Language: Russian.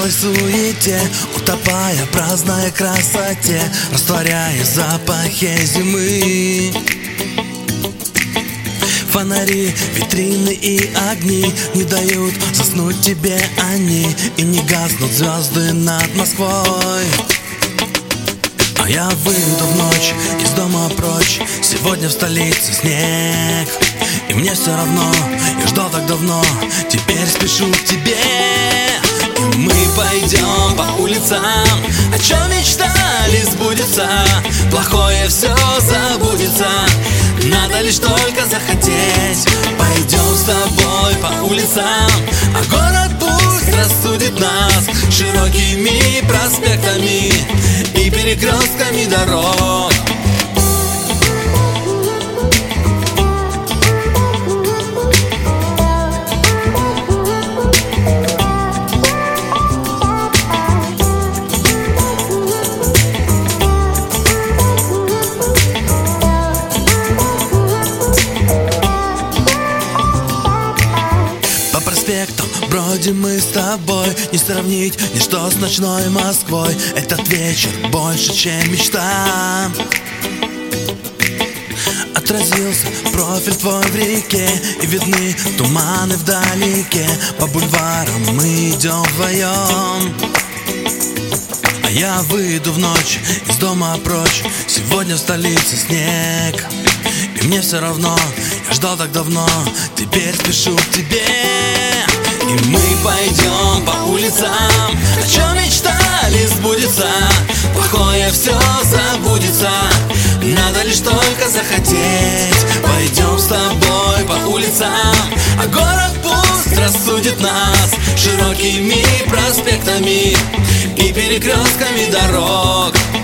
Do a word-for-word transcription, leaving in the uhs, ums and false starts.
белой суете, утопая в праздной красоте, растворяя запахи зимы. Фонари, витрины и огни не дают заснуть тебе они, и не гаснут звезды над Москвой. А я выйду в ночь из дома прочь, сегодня в столице снег. И мне все равно, я ждал так давно, теперь спешу к тебе. И мы пойдем по улицам, о чем мечтали сбудется, плохое все забудется, надо лишь только захотеть. Пойдем с тобой по улицам, а город пусть рассудит нас широкими проспектами и перекрестками дорог. По проспектам бродим мы с тобой, не сравнить ничто с ночной Москвой. Этот вечер больше, чем мечта. Отразился профиль твой в реке, и видны туманы вдалеке. По бульварам мы идем вдвоем. А я выйду в ночь из дома прочь, сегодня в столице снег. И мне все равно, я ждал так давно, теперь спешу к тебе. И мы пойдем по улицам, о чем мечтали сбудется, плохое все забудется, надо лишь только захотеть. Пойдем с тобой по улицам, а город пусть рассудит нас широкими проспектами и перекрестками дорог.